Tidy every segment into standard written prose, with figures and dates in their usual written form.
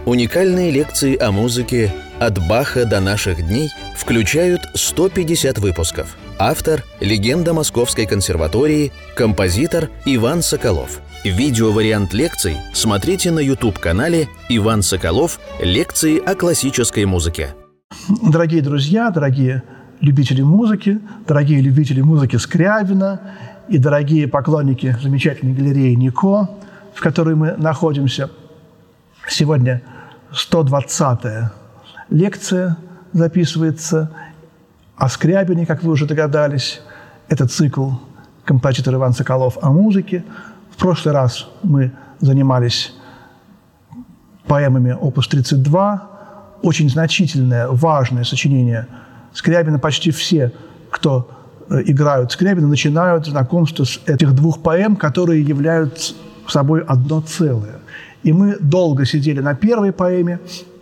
Уникальные лекции о музыке «От Баха до наших дней» включают 150 выпусков. Автор – легенда Московской консерватории, композитор Иван Соколов. Видеовариант лекций смотрите на YouTube-канале «Иван Соколов. Лекции о классической музыке». Дорогие друзья, дорогие любители музыки Скрябина и дорогие поклонники замечательной галереи Нико, в которой мы находимся, сегодня 120-я лекция записывается о Скрябине, как вы уже догадались. Это цикл «Композитор Иван Соколов о музыке». В прошлый раз мы занимались поэмами опус 32, очень значительное, важное сочинение Скрябина. Почти все, кто играют Скрябина, начинают знакомство с этих двух поэм, которые являются собой одно целое. И мы долго сидели на первой поэме,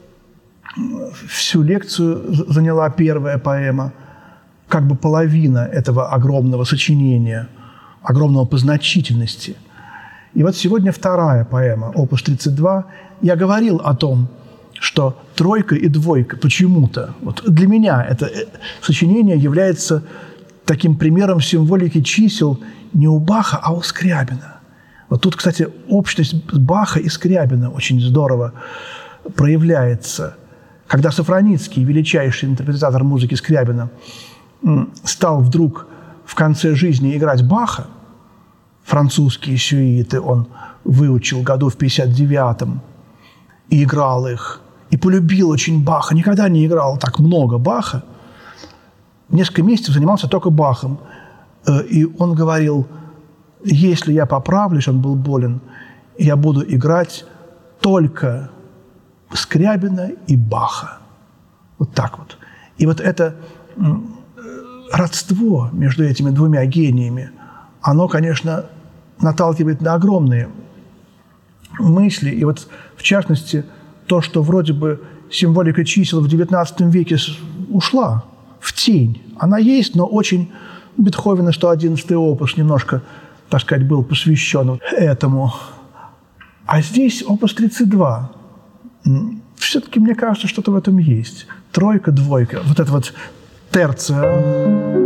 всю лекцию заняла первая поэма, как бы половина этого огромного сочинения, огромного по значительности. И вот сегодня вторая поэма, опус 32. Я говорил о том, что тройка и двойка почему-то, вот для меня это сочинение является таким примером символики чисел не у Баха, а у Скрябина. Вот тут, кстати, общность Баха и Скрябина очень здорово проявляется. Когда Сафроницкий, величайший интерпретатор музыки Скрябина, стал вдруг в конце жизни играть Баха, французские сюиты он выучил году в 59-м, и играл их, и полюбил очень Баха, никогда не играл так много Баха, несколько месяцев занимался только Бахом, и он говорил: если я поправлюсь, он был болен, я буду играть только Скрябина и Баха. Вот так вот. И вот это родство между этими двумя гениями, оно, конечно, наталкивает на огромные мысли. И вот, в частности, то, что вроде бы символика чисел в XIX веке ушла в тень. Она есть, но очень... Бетховена 111-й опус немножко, так сказать, был посвящен этому. А здесь опус 32. Все-таки, мне кажется, что-то в этом есть. Тройка, двойка. Вот это вот терция.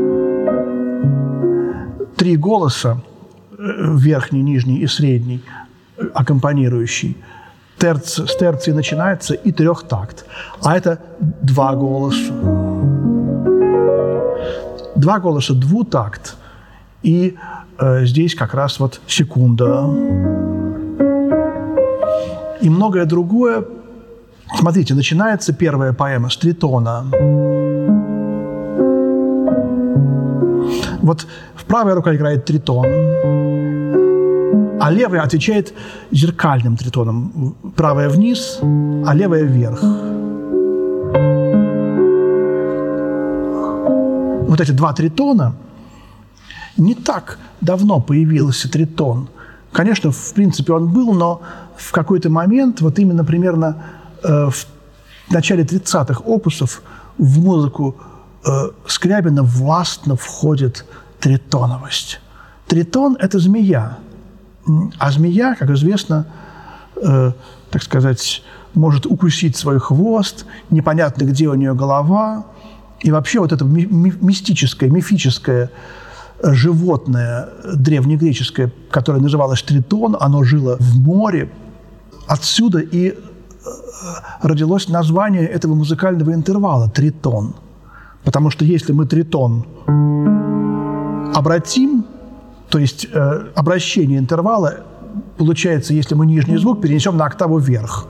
3 голоса, верхний, нижний и средний, аккомпанирующий. С терции начинается и 3-такт. А это 2 голоса. 2 голоса, 2-такт. И здесь как раз вот секунда. И многое другое. Смотрите, начинается первая поэма с тритона. Вот правая рука играет тритон, а левая отвечает зеркальным тритоном. Правая вниз, а левая вверх. Вот эти 2 тритона. Не так давно появился тритон. Конечно, в принципе, он был, но в какой-то момент, вот именно примерно в начале 30-х опусов в музыку Скрябина властно входит тритоновость. Тритон – это змея. А змея, как известно, так сказать, может укусить свой хвост, непонятно, где у нее голова. И вообще вот это мистическое, мифическое животное древнегреческое, которое называлось тритон, оно жило в море. Отсюда и родилось название этого музыкального интервала – тритон. Потому что если мы тритон обратим, то есть обращение интервала получается, если мы нижний звук перенесем на октаву вверх,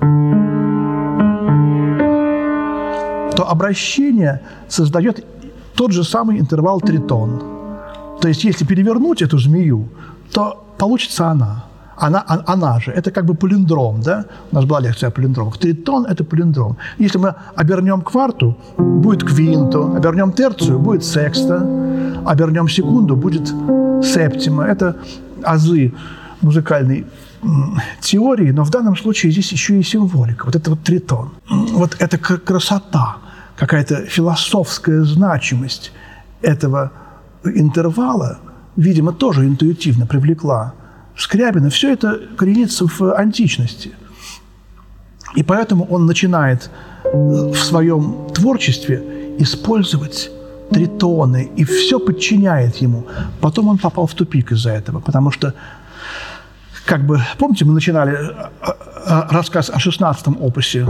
то обращение создает тот же самый интервал тритон. То есть если перевернуть эту змею, то получится она. Она же. Это как бы палиндром, да? У нас была лекция о палиндромах. Тритон – это палиндром. Если мы обернем кварту, будет квинто. Обернем терцию, будет секста. Обернем секунду, будет септима. Это азы музыкальной теории, но в данном случае здесь еще и символика. Вот это вот тритон. Вот эта красота, какая-то философская значимость этого интервала, видимо, тоже интуитивно привлекла Скрябина. Все это коренится в античности. И поэтому он начинает в своем творчестве использовать тритоны, и все подчиняет ему. Потом он попал в тупик из-за этого, потому что, помните, мы начинали рассказ о 16-м опусе.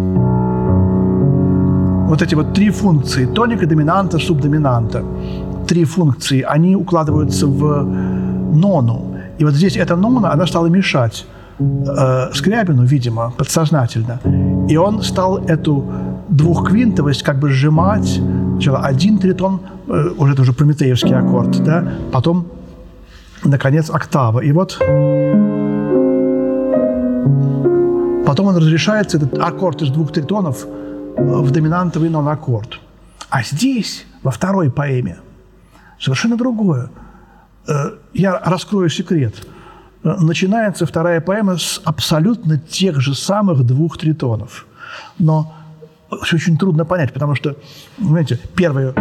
Вот эти вот три функции – тоника, доминанта, субдоминанта. Три функции, они укладываются в нону. И вот здесь эта нона, она стала мешать Скрябину, видимо, подсознательно. И он стал эту двухквинтовость сжимать. Сначала один тритон, уже это уже прометеевский аккорд, да? Потом, наконец, октава. И вот потом он разрешается, этот аккорд из двух тритонов, в доминантовый нон-аккорд. А здесь, во второй поэме, совершенно другое. Я раскрою секрет. Начинается вторая поэма с абсолютно тех же самых двух тритонов. Но все очень трудно понять, потому что, понимаете, первый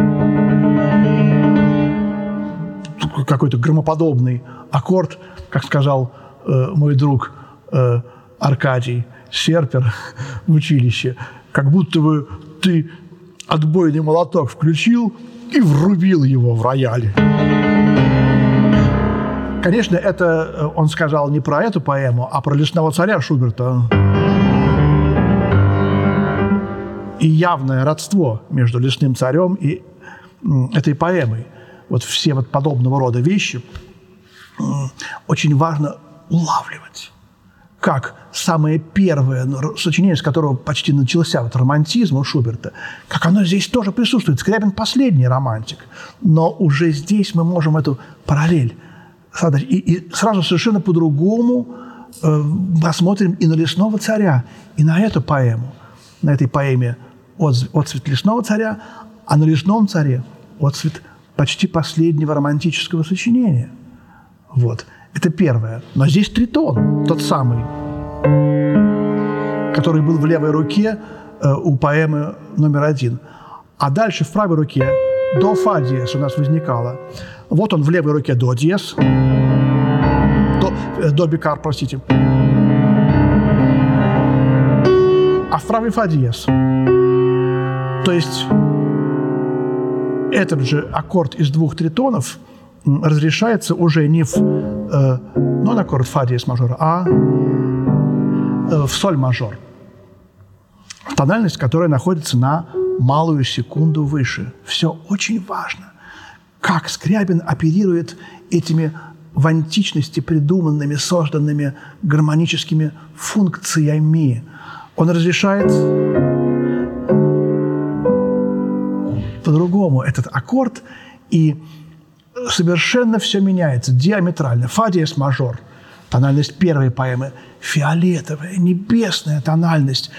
какой-то громоподобный аккорд, как сказал мой друг Аркадий Серпер в училище, как будто бы ты отбойный молоток включил и врубил его в рояль. Конечно, это он сказал не про эту поэму, а про «Лесного царя» Шуберта. И явное родство между «Лесным царем» и этой поэмой. Вот все вот подобного рода вещи очень важно улавливать. Как самое первое сочинение, с которого почти начался романтизм у Шуберта, как оно здесь тоже присутствует. Скрябин – последний романтик. Но уже здесь мы можем эту параллель создать. И сразу совершенно по-другому посмотрим и на «Лесного царя», и на эту поэму. На этой поэме отцвет «Лесного царя», а на «Лесном царе» отцвет почти последнего романтического сочинения. Вот. Это первое. Но здесь тритон, тот самый, который был в левой руке у поэмы номер 1. А дальше в правой руке до фа диез у нас возникало. Вот он в левой руке до диез, до бикар, простите. А в правой фа диез. То есть этот же аккорд из двух тритонов разрешается уже не в нон-аккорд фа диез мажора, а в соль мажор. Тональность, которая находится на малую секунду выше. Все очень важно. Как Скрябин оперирует этими в античности придуманными, созданными гармоническими функциями. Он разрешает по-другому этот аккорд, и совершенно все меняется, диаметрально. Фа диез мажор, тональность первой поэмы, фиолетовая, небесная тональность,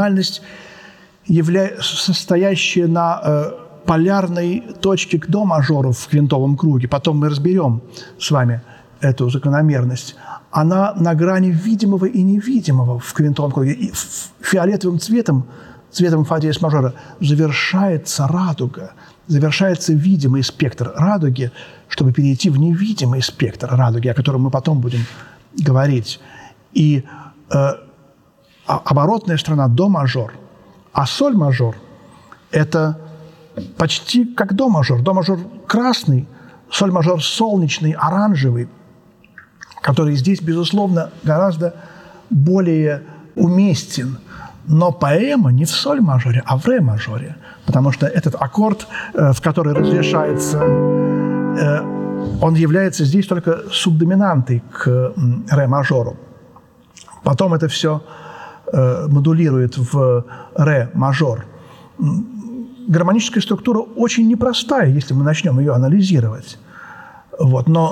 состоящая на полярной точке к до мажору в квинтовом круге. Потом мы разберем с вами эту закономерность. Она на грани видимого и невидимого в квинтовом круге. И фиолетовым цветом фа диез мажора завершается радуга, завершается видимый спектр радуги, чтобы перейти в невидимый спектр радуги, о котором мы потом будем говорить. И оборотная сторона до мажор, а соль мажор – это почти как до мажор. До мажор красный, соль мажор солнечный, оранжевый, который здесь, безусловно, гораздо более уместен. Но поэма не в соль мажоре, а в ре мажоре, потому что этот аккорд, в который разрешается, он является здесь только субдоминантой к ре мажору. Потом это все модулирует в ре мажор. Гармоническая структура очень непростая, если мы начнем ее анализировать. Вот. Но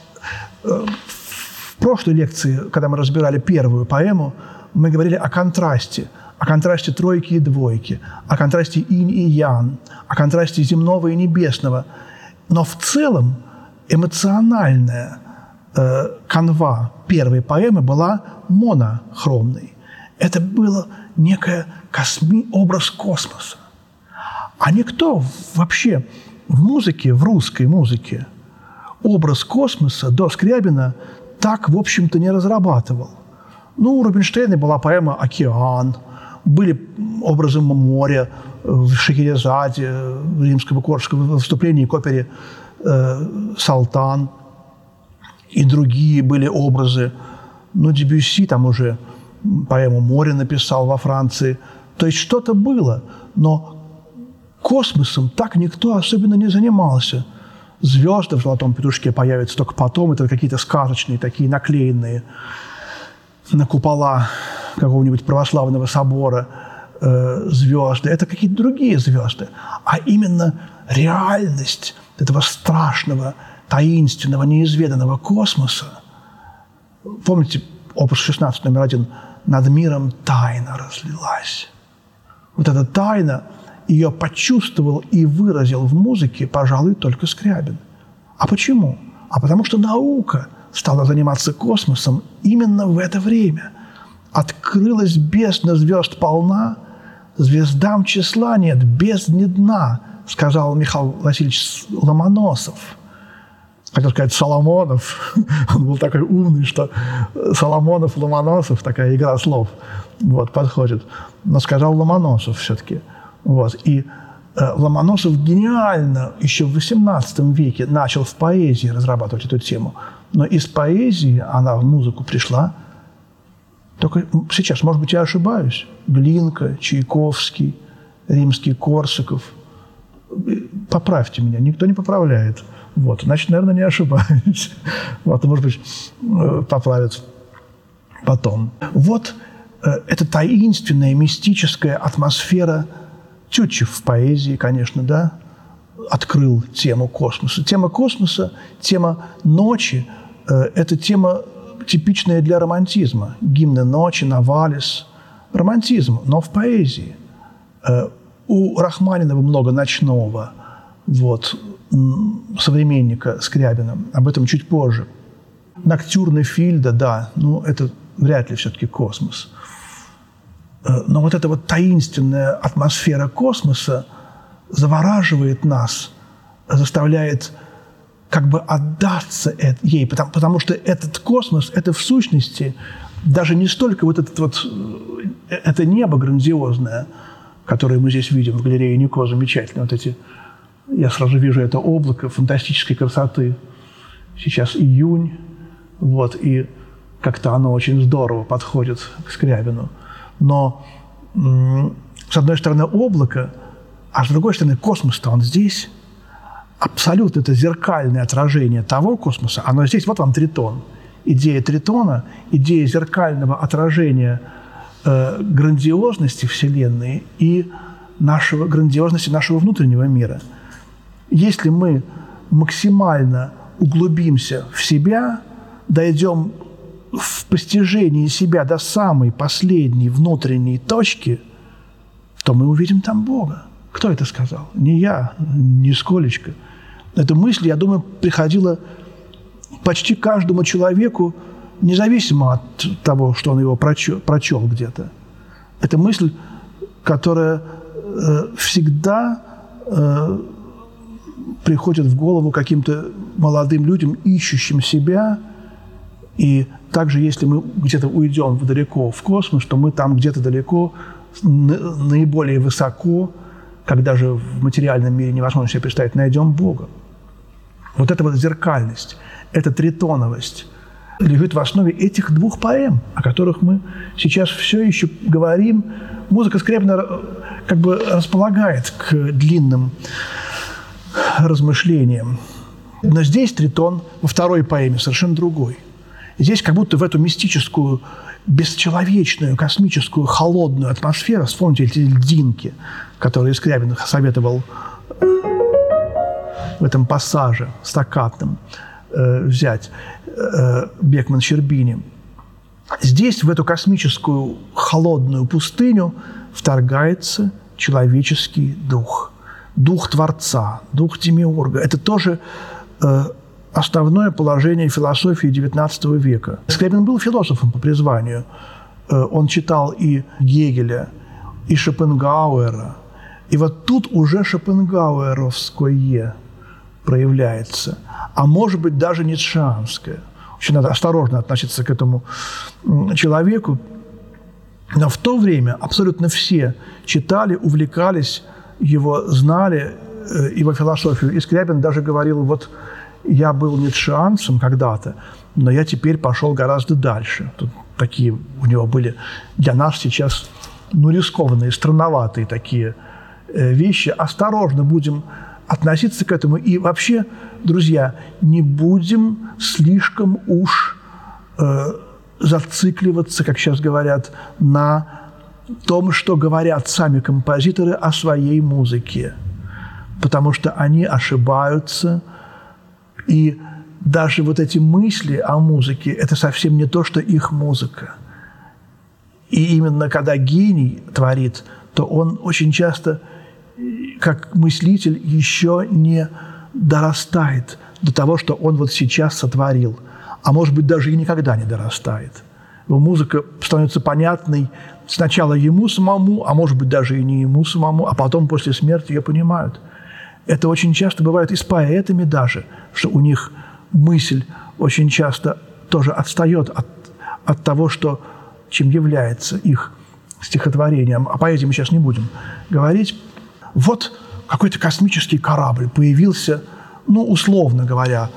в прошлой лекции, когда мы разбирали первую поэму, мы говорили о контрасте тройки и двойки, о контрасте инь и ян, о контрасте земного и небесного. Но в целом эмоциональная канва первой поэмы была монохромной. Это был некий образ космоса. А никто вообще в музыке, в русской музыке, образ космоса до Скрябина так, в общем-то, не разрабатывал. У Рубинштейна была поэма «Океан», Были образы моря в Шахерезаде, в римском и корсаком выступлении к опере «Салтан». И другие были образы. Но Дебюсси там уже поэму «Море» написал во Франции. То есть что-то было, но космосом так никто особенно не занимался. Звезды в «Золотом петушке» появятся только потом. Это какие-то сказочные, такие наклеенные на купола какого-нибудь православного собора звезды. Это какие-то другие звезды. А именно реальность этого страшного, таинственного, неизведанного космоса. Помните, опус 16, номер 1, «Над миром тайна разлилась». Вот эта тайна, ее почувствовал и выразил в музыке, пожалуй, только Скрябин. А почему? А потому что наука стала заниматься космосом именно в это время. Открылась бездна, звезд полна, звездам числа нет, бездны дна, сказал Михаил Васильевич Ломоносов. Хотел сказать Соломонов. Он был такой умный, что Соломонов, Ломоносов, такая игра слов, вот, подходит. Но сказал Ломоносов все-таки. Вот. И Ломоносов гениально еще в XVIII веке начал в поэзии разрабатывать эту тему. Но из поэзии она в музыку пришла только сейчас. Может быть, я ошибаюсь. Глинка, Чайковский, римский Корсаков. Поправьте меня. Никто не поправляет. Вот. Значит, наверное, не ошибаюсь. Вот. Может быть, поправят потом. Вот эта таинственная, мистическая атмосфера. Тютчев в поэзии, конечно, да, открыл тему космоса. Тема космоса, тема ночи – это тема типичная для романтизма. Гимны ночи, Новалис – романтизм, но в поэзии. У Рахманинова много ночного, вот, современника Скрябина. Об этом чуть позже. Ноктюрны Фильда, да, ну это вряд ли все-таки космос. Но вот эта вот таинственная атмосфера космоса завораживает нас, заставляет как бы отдаться ей, потому что этот космос, это в сущности даже не столько вот это небо грандиозное, которое мы здесь видим в галерее Нико, замечательно, вот эти, я сразу вижу это облако фантастической красоты. Сейчас июнь, вот, и как-то оно очень здорово подходит к Скрябину. Но с одной стороны облако, а с другой стороны космос-то он здесь. Абсолютно это зеркальное отражение того космоса. Оно здесь, вот вам Тритон. Идея Тритона, идея зеркального отражения грандиозности Вселенной и грандиозности нашего внутреннего мира. Если мы максимально углубимся в себя, дойдем в постижении себя до самой последней внутренней точки, то мы увидим там Бога. Кто это сказал? Не я, нисколечко. Эта мысль, я думаю, приходила почти каждому человеку, независимо от того, что он его прочел где-то. Это мысль, которая всегда приходит в голову каким-то молодым людям, ищущим себя. И также, если мы где-то уйдем далеко в космос, то мы там где-то далеко, наиболее высоко, когда же в материальном мире невозможно себе представить, найдем Бога. Вот эта вот зеркальность, эта тритоновость лежит в основе этих двух поэм, о которых мы сейчас все еще говорим. Музыка Скрябина как бы располагает к длинным размышлениям. Но здесь Тритон во второй поэме совершенно другой. Здесь как будто в эту мистическую, бесчеловечную, космическую, холодную атмосферу, вспомните эти льдинки, которые Скрябин советовал в этом пассаже стаккатном взять Бекман-Щербини. Здесь, в эту космическую, холодную пустыню вторгается человеческий дух. Дух Творца, дух Демиурга. Это тоже основное положение философии XIX века. Скрябин был философом по призванию. Он читал и Гегеля, и Шопенгауэра. И вот тут уже шопенгауэровское проявляется. А может быть, даже ницшеанское. Очень надо осторожно относиться к этому человеку. Но в то время абсолютно все читали, увлекались, его знали, его философию. И Скрябин даже говорил, вот я был ницшеанцем когда-то, но я теперь пошел гораздо дальше. Тут такие у него были для нас сейчас рискованные, странноватые такие вещи. Осторожно будем относиться к этому. И вообще, друзья, не будем слишком уж зацикливаться, как сейчас говорят, на том, что говорят сами композиторы о своей музыке. Потому что они ошибаются. И даже вот эти мысли о музыке – это совсем не то, что их музыка. И именно когда гений творит, то он очень часто, как мыслитель, еще не дорастает до того, что он вот сейчас сотворил. А может быть, даже и никогда не дорастает. Его музыка становится понятной сначала ему самому, а может быть, даже и не ему самому, а потом после смерти ее понимают. Это очень часто бывает и с поэтами даже, что у них мысль очень часто тоже отстает от того, чем является их стихотворением. О поэзии мы сейчас не будем говорить. Вот какой-то космический корабль появился, условно говоря,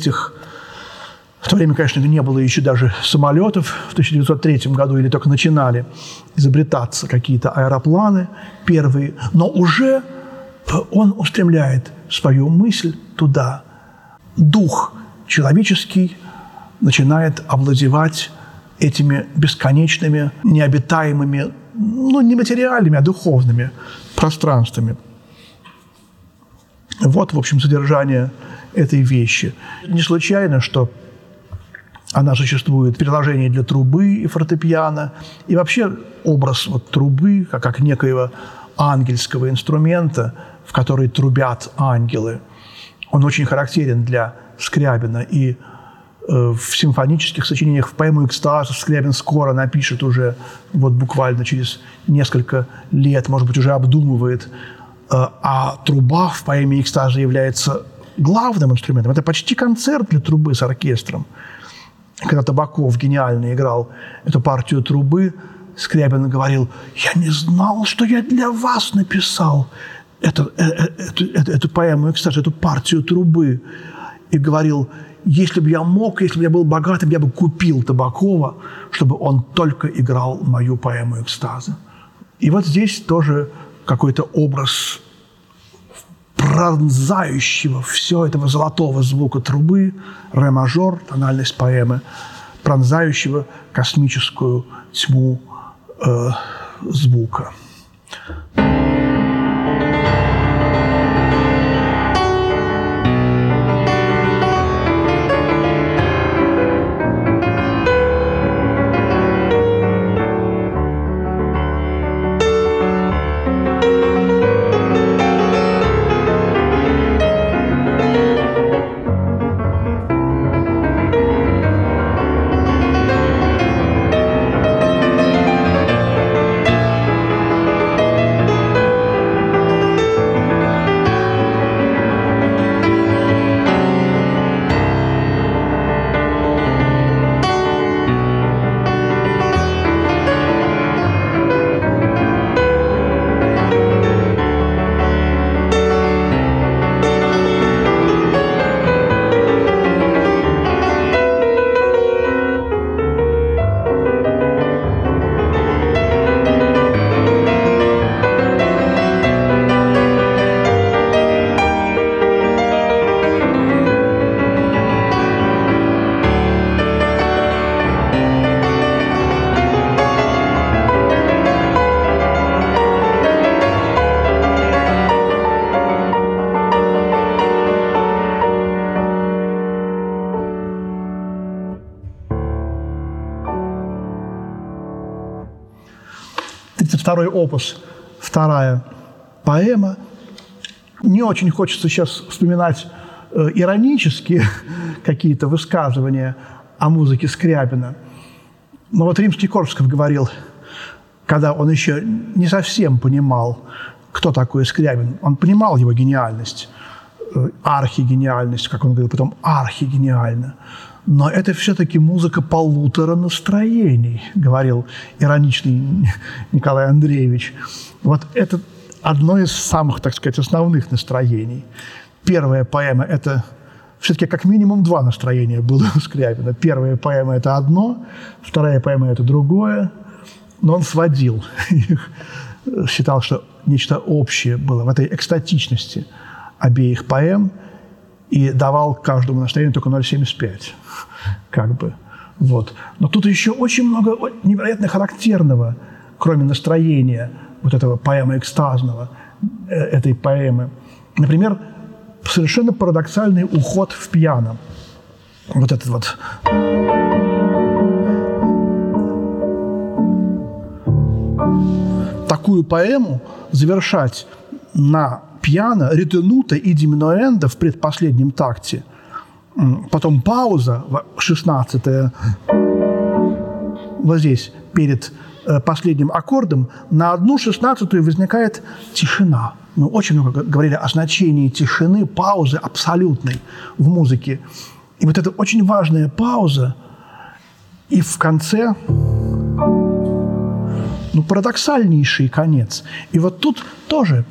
в то время, конечно, не было еще даже самолетов в 1903 году, или только начинали изобретаться какие-то аэропланы первые, но уже он устремляет свою мысль туда. Дух человеческий начинает овладевать этими бесконечными, необитаемыми, не материальными, а духовными пространствами. Вот, в общем, содержание этой вещи. Не случайно, что она существует в приложении для трубы и фортепиано. И вообще образ трубы, как некоего ангельского инструмента, в который трубят ангелы, он очень характерен для Скрябина. И в симфонических сочинениях, в поэму «Экстаз» Скрябин скоро напишет уже, буквально через несколько лет, может быть, уже обдумывает. А труба в поэме «Экстаз» является главным инструментом. Это почти концерт для трубы с оркестром. Когда Табаков гениально играл эту партию трубы, Скрябин говорил: «Я не знал, что я для вас написал эту поэму «Экстаз», эту партию трубы». И говорил: если бы я мог, если бы я был богатым, я бы купил Табакова, чтобы он только играл мою поэму «Экстаза». И вот здесь тоже какой-то образ пронзающего все этого золотого звука трубы, ре-мажор, тональность поэмы, пронзающего космическую тьму звука. Второй опус, вторая поэма. Не очень хочется сейчас вспоминать иронические какие-то высказывания о музыке Скрябина. Но вот Римский-Корсаков говорил, когда он еще не совсем понимал, кто такой Скрябин. Он понимал его гениальность, архигениальность, как он говорил, потом архигениально. Но это все-таки музыка полутора настроений, говорил ироничный Николай Андреевич. Вот это одно из самых, так сказать, основных настроений. Первая поэма – это все-таки как минимум два настроения было у Скрябина. Первая поэма – это одно, вторая поэма – это другое. Но он сводил их, считал, что нечто общее было в этой экстатичности обеих поэм и давал каждому настроению только 0,75. Как бы. Вот. Но тут еще очень много невероятно характерного, кроме настроения вот этого поэмы экстазного, этой поэмы. Например, совершенно парадоксальный уход в пьяно. Вот этот вот. Такую поэму завершать на пьяно, ретенуто и дiminuendo в предпоследнем такте. Потом пауза, 16-я, вот здесь, перед последним аккордом, на 1/16 возникает тишина. Мы очень много говорили о значении тишины, паузы абсолютной в музыке. И вот это очень важная пауза. И в конце, парадоксальнейший конец. И вот тут тоже,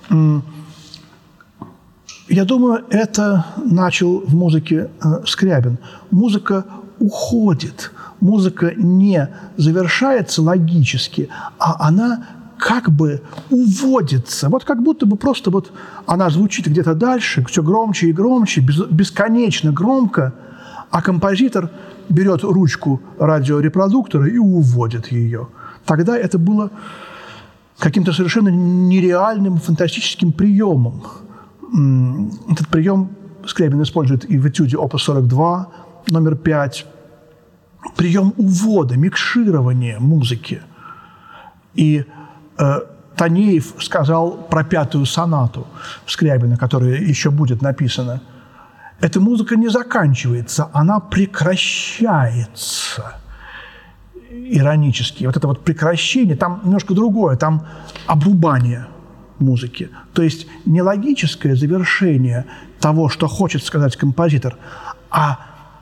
я думаю, это начал в музыке Скрябин. Музыка уходит. Музыка не завершается логически, а она как бы уводится. Вот как будто бы просто вот она звучит где-то дальше, все громче и громче, бесконечно громко, а композитор берет ручку радиорепродуктора и уводит ее. Тогда это было каким-то совершенно нереальным, фантастическим приемом. Этот прием Скрябин использует и в этюде опус 42, номер 5. Прием увода, микширования музыки. И Танеев сказал про 5-ю сонату Скрябина, которая еще будет написана. Эта музыка не заканчивается, она прекращается. Иронически. Вот это вот прекращение, там немножко другое, там обрубание музыки. То есть не логическое завершение того, что хочет сказать композитор, а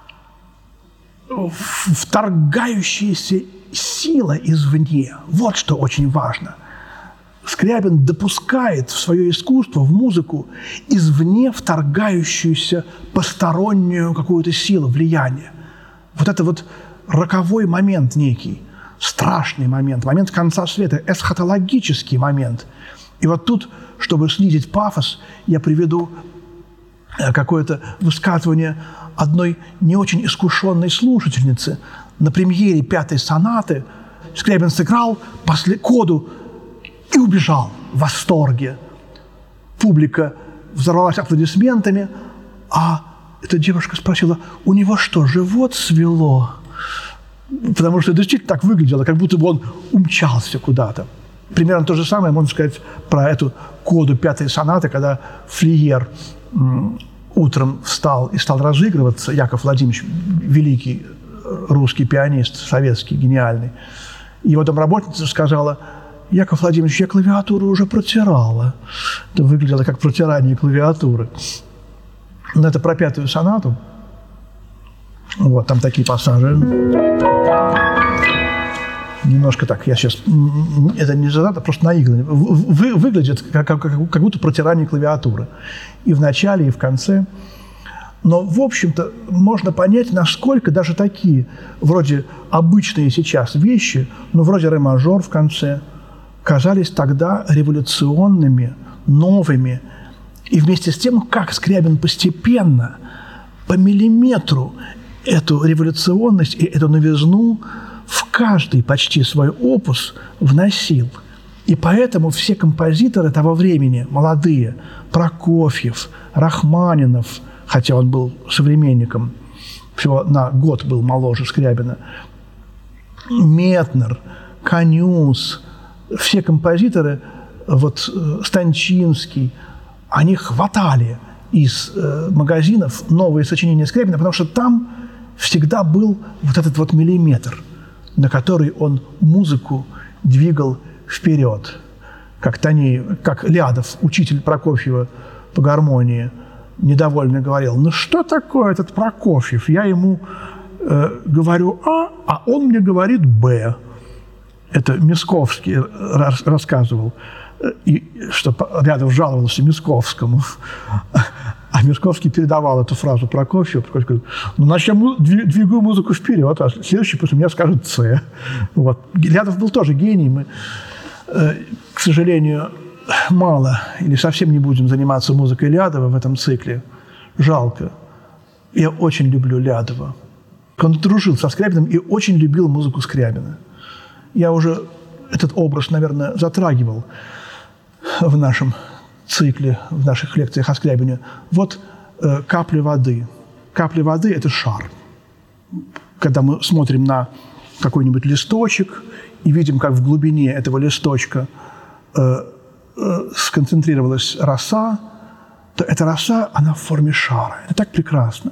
вторгающаяся сила извне. Вот что очень важно. Скрябин допускает в свое искусство, в музыку, извне вторгающуюся постороннюю какую-то силу, влияние. Вот это вот роковой момент некий, страшный момент, момент конца света, эсхатологический момент. И вот тут, чтобы снизить пафос, я приведу какое-то высказывание одной не очень искушенной слушательницы. На премьере 5-й сонаты Скрябин сыграл коду и убежал в восторге. Публика взорвалась аплодисментами, а эта девушка спросила, у него что, живот свело? Потому что действительно так выглядело, как будто бы он умчался куда-то. Примерно то же самое можно сказать про эту коду 5-й сонаты, когда Флиер утром встал и стал разыгрываться, Яков Владимирович, великий русский пианист, советский, гениальный. Его домработница сказала, Яков Владимирович, я клавиатуру уже протирала. Это выглядело как протирание клавиатуры. Но это про 5-ю сонату. Вот, там такие пассажи. Немножко так, я сейчас... Это не соната, просто наигранно. Выглядит как будто протирание клавиатуры. И в начале, и в конце. Но, в общем-то, можно понять, насколько даже такие, вроде обычные сейчас вещи, вроде ре-мажор в конце, казались тогда революционными, новыми. И вместе с тем, как Скрябин постепенно, по миллиметру, эту революционность и эту новизну в каждый почти свой опус вносил. И поэтому все композиторы того времени, молодые, Прокофьев, Рахманинов, хотя он был современником, всего на год был моложе Скрябина, Метнер, Канюс, все композиторы, вот Станчинский, они хватали из магазинов новые сочинения Скрябина, потому что там всегда был вот этот вот миллиметр, на который он музыку двигал вперед. Как Танеев, как Лядов, учитель Прокофьева по гармонии, недовольно говорил: ну что такое этот Прокофьев? Я ему говорю а он мне говорит Б. Это Мясковский рассказывал, и что Рядов жаловался Мясковскому. А Мясковский передавал эту фразу Прокофьеву. Прокофьев говорит: ну, значит, я двигаю музыку вперед, а следующий после меня скажет С. Вот. Рядов был тоже гений. Мы, к сожалению, мало или совсем не будем заниматься музыкой Лядова в этом цикле. Жалко. Я очень люблю Лядова. Он дружил со Скрябиным и очень любил музыку Скрябина. Я уже этот образ, наверное, затрагивал в нашем цикле, в наших лекциях о Скрябине. Вот капли воды. Капли воды – это шар. Когда мы смотрим на какой-нибудь листочек и видим, как в глубине этого листочка сконцентрировалась роса, то эта роса, она в форме шара. Это так прекрасно.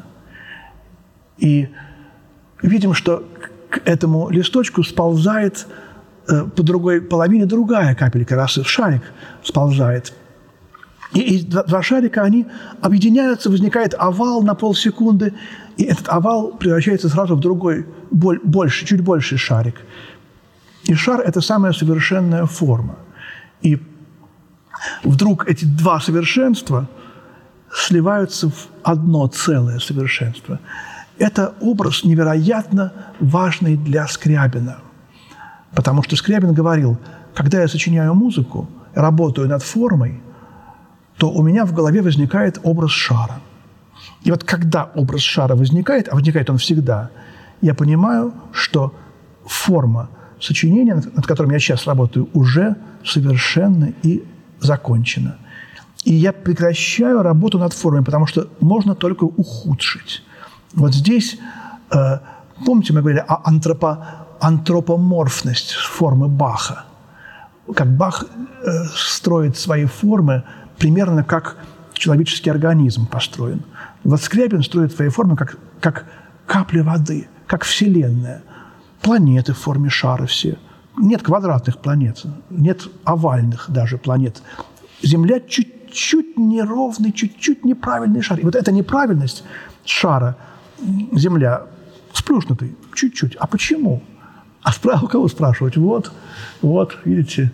И видим, что к этому листочку сползает по другой половине другая капелька росы. Шарик сползает. И два шарика, они объединяются, возникает овал на полсекунды, и этот овал превращается сразу в другой, больше, чуть больший шарик. И шар – это самая совершенная форма. И вдруг эти два совершенства сливаются в одно целое совершенство. Это образ невероятно важный для Скрябина. Потому что Скрябин говорил: когда я сочиняю музыку, работаю над формой, то у меня в голове возникает образ шара. И вот когда образ шара возникает, а возникает он всегда, я понимаю, что форма сочинения, над которым я сейчас работаю, уже совершенна и закончена. И я прекращаю работу над формой, потому что можно только ухудшить. Вот здесь, помните, мы говорили о антропоморфность формы Баха. Как Бах строит свои формы примерно как человеческий организм построен. Вот Скрябин строит свои формы как капли воды, как Вселенная. Планеты в форме шара все. Нет квадратных планет, нет овальных даже планет. Земля чуть-чуть неровный, чуть-чуть неправильный шар. И вот эта неправильность шара, Земля, сплюснутый, чуть-чуть. А почему? А у кого спрашивать? Вот, видите,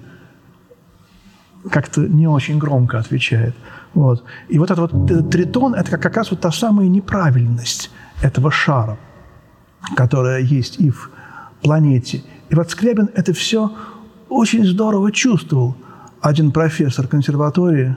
как-то не очень громко отвечает. Вот. И вот этот тритон – это как раз вот та самая неправильность этого шара, которая есть и в планете. И вот Скрябин это все очень здорово чувствовал. Один профессор консерватории,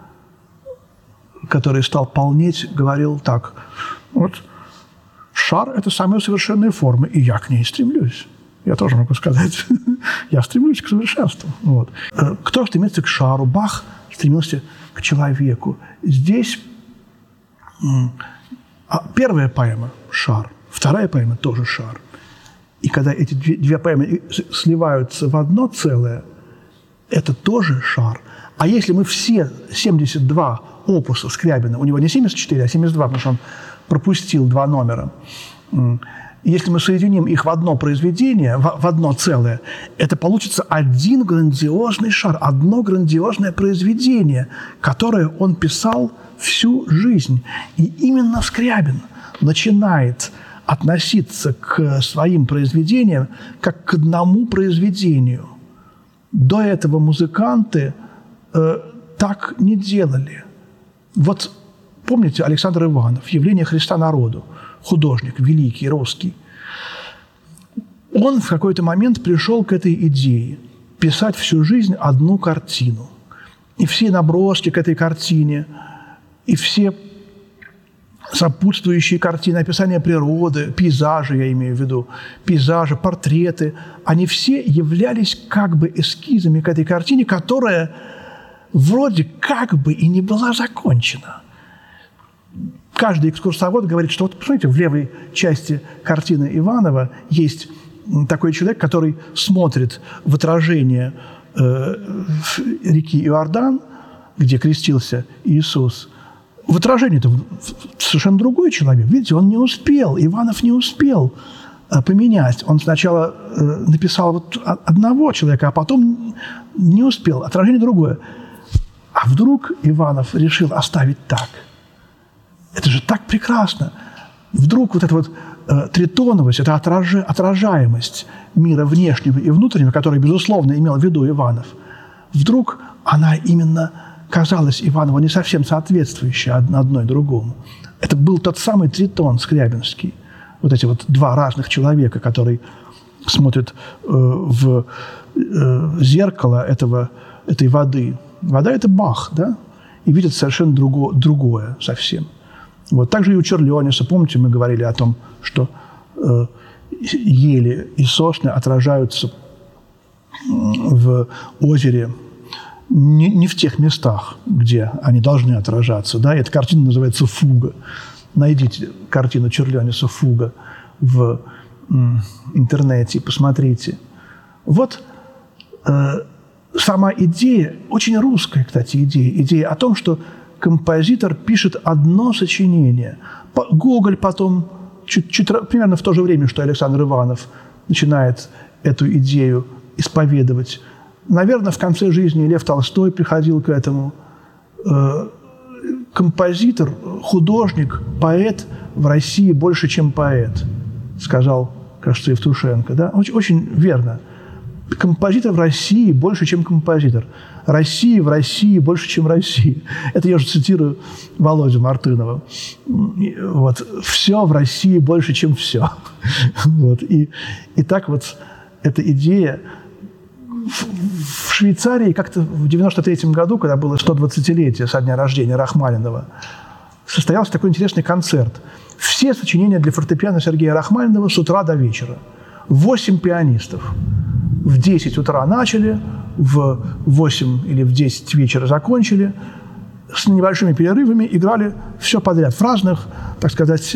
который стал полнеть, говорил так: вот шар – это самая совершенная форма, и я к ней стремлюсь. Я тоже могу сказать, я стремлюсь к совершенству. Вот. Кто стремится к шару? Бах стремился к человеку. Здесь первая поэма – шар, вторая поэма – тоже шар. И когда эти две поэмы сливаются в одно целое, это тоже шар. А если мы все 72 опуса Скрябина, у него не 74, а 72, потому что он пропустил 2 номера, если мы соединим их в одно произведение, в одно целое, это получится один грандиозный шар, одно грандиозное произведение, которое он писал всю жизнь. И именно Скрябин начинает относиться к своим произведениям как к одному произведению. До этого музыканты так не делали. Вот помните Александр Иванов, «Явление Христа народу», художник, великий, русский. Он в какой-то момент пришел к этой идее писать всю жизнь одну картину. И все наброски к этой картине, и все сопутствующие картины, описание природы, пейзажи, я имею в виду, пейзажи, портреты, они все являлись как бы эскизами к этой картине, которая вроде как бы и не была закончена. Каждый экскурсовод говорит, что вот, посмотрите, в левой части картины Иванова есть такой человек, который смотрит в отражение реки Иордан, где крестился Иисус. В отражении-то совершенно другой человек. Видите, он не успел, Иванов не успел поменять. Он сначала написал вот одного человека, а потом не успел. Отражение другое. А вдруг Иванов решил оставить так. Это же так прекрасно. Вдруг вот эта вот тритоновость, это отражаемость мира внешнего и внутреннего, который, безусловно, имел в виду Иванов, вдруг она именно казалась Иванову не совсем соответствующей одной другому. Это был тот самый тритон скрябинский. Вот эти вот два разных человека, которые смотрят в зеркало этой воды. Вода – это Бах, да? И видят совершенно другое совсем. Вот. Так же и у Черлёниса. Помните, мы говорили о том, что ели и сосны отражаются в озере не в тех местах, где они должны отражаться. Да? Эта картина называется «Фуга». Найдите картину Черлёниса «Фуга» в интернете и посмотрите. Вот сама идея, очень русская, кстати, идея о том, что композитор пишет одно сочинение. Гоголь потом, примерно в то же время, что Александр Иванов начинает эту идею исповедовать. Наверное, в конце жизни Лев Толстой приходил к этому. Композитор, художник, поэт в России больше, чем поэт, сказал, кажется, Евтушенко. Да? Очень верно. Композитор в России больше, чем композитор. Россия в России больше, чем Россия. Это я уже цитирую Володю Мартынова. Вот. Все в России больше, чем все. Вот. И так вот эта идея в Швейцарии как-то в 93-м году, когда было 120-летие со дня рождения Рахманинова, состоялся такой интересный концерт. Все сочинения для фортепиано Сергея Рахманинова с утра до вечера. 8 пианистов. В 10 утра начали, в 8 или в 10 вечера закончили, с небольшими перерывами играли все подряд, в разных, так сказать,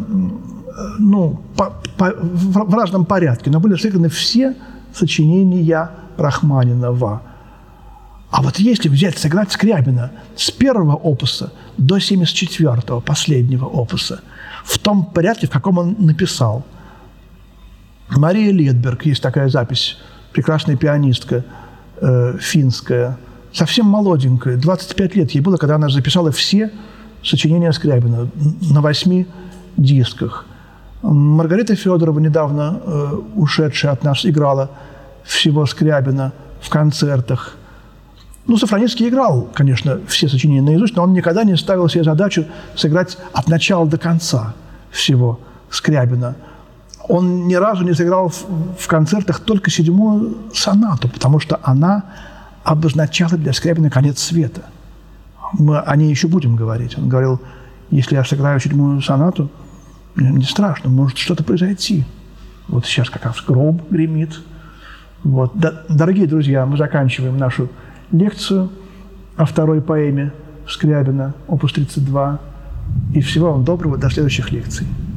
в разном порядке, но были сыграны все сочинения Рахманинова. А вот если взять, сыграть Скрябина с первого опуса до 74-го, последнего опуса, в том порядке, в каком он написал. Мария Ледберг, есть такая запись, прекрасная пианистка финская, совсем молоденькая, 25 лет ей было, когда она записала все сочинения Скрябина на 8 дисках. Маргарита Федорова, недавно ушедшая от нас, играла всего Скрябина в концертах. Сафроницкий играл, конечно, все сочинения наизусть, но он никогда не ставил себе задачу сыграть от начала до конца всего Скрябина. Он ни разу не сыграл в концертах только 7-ю сонату, потому что она обозначала для Скрябина конец света. Мы о ней еще будем говорить. Он говорил, если я сыграю 7-ю сонату, не страшно, может что-то произойти. Вот сейчас как раз гром гремит. Вот. Дорогие друзья, мы заканчиваем нашу лекцию о второй поэме Скрябина, опус 32. И всего вам доброго, до следующих лекций.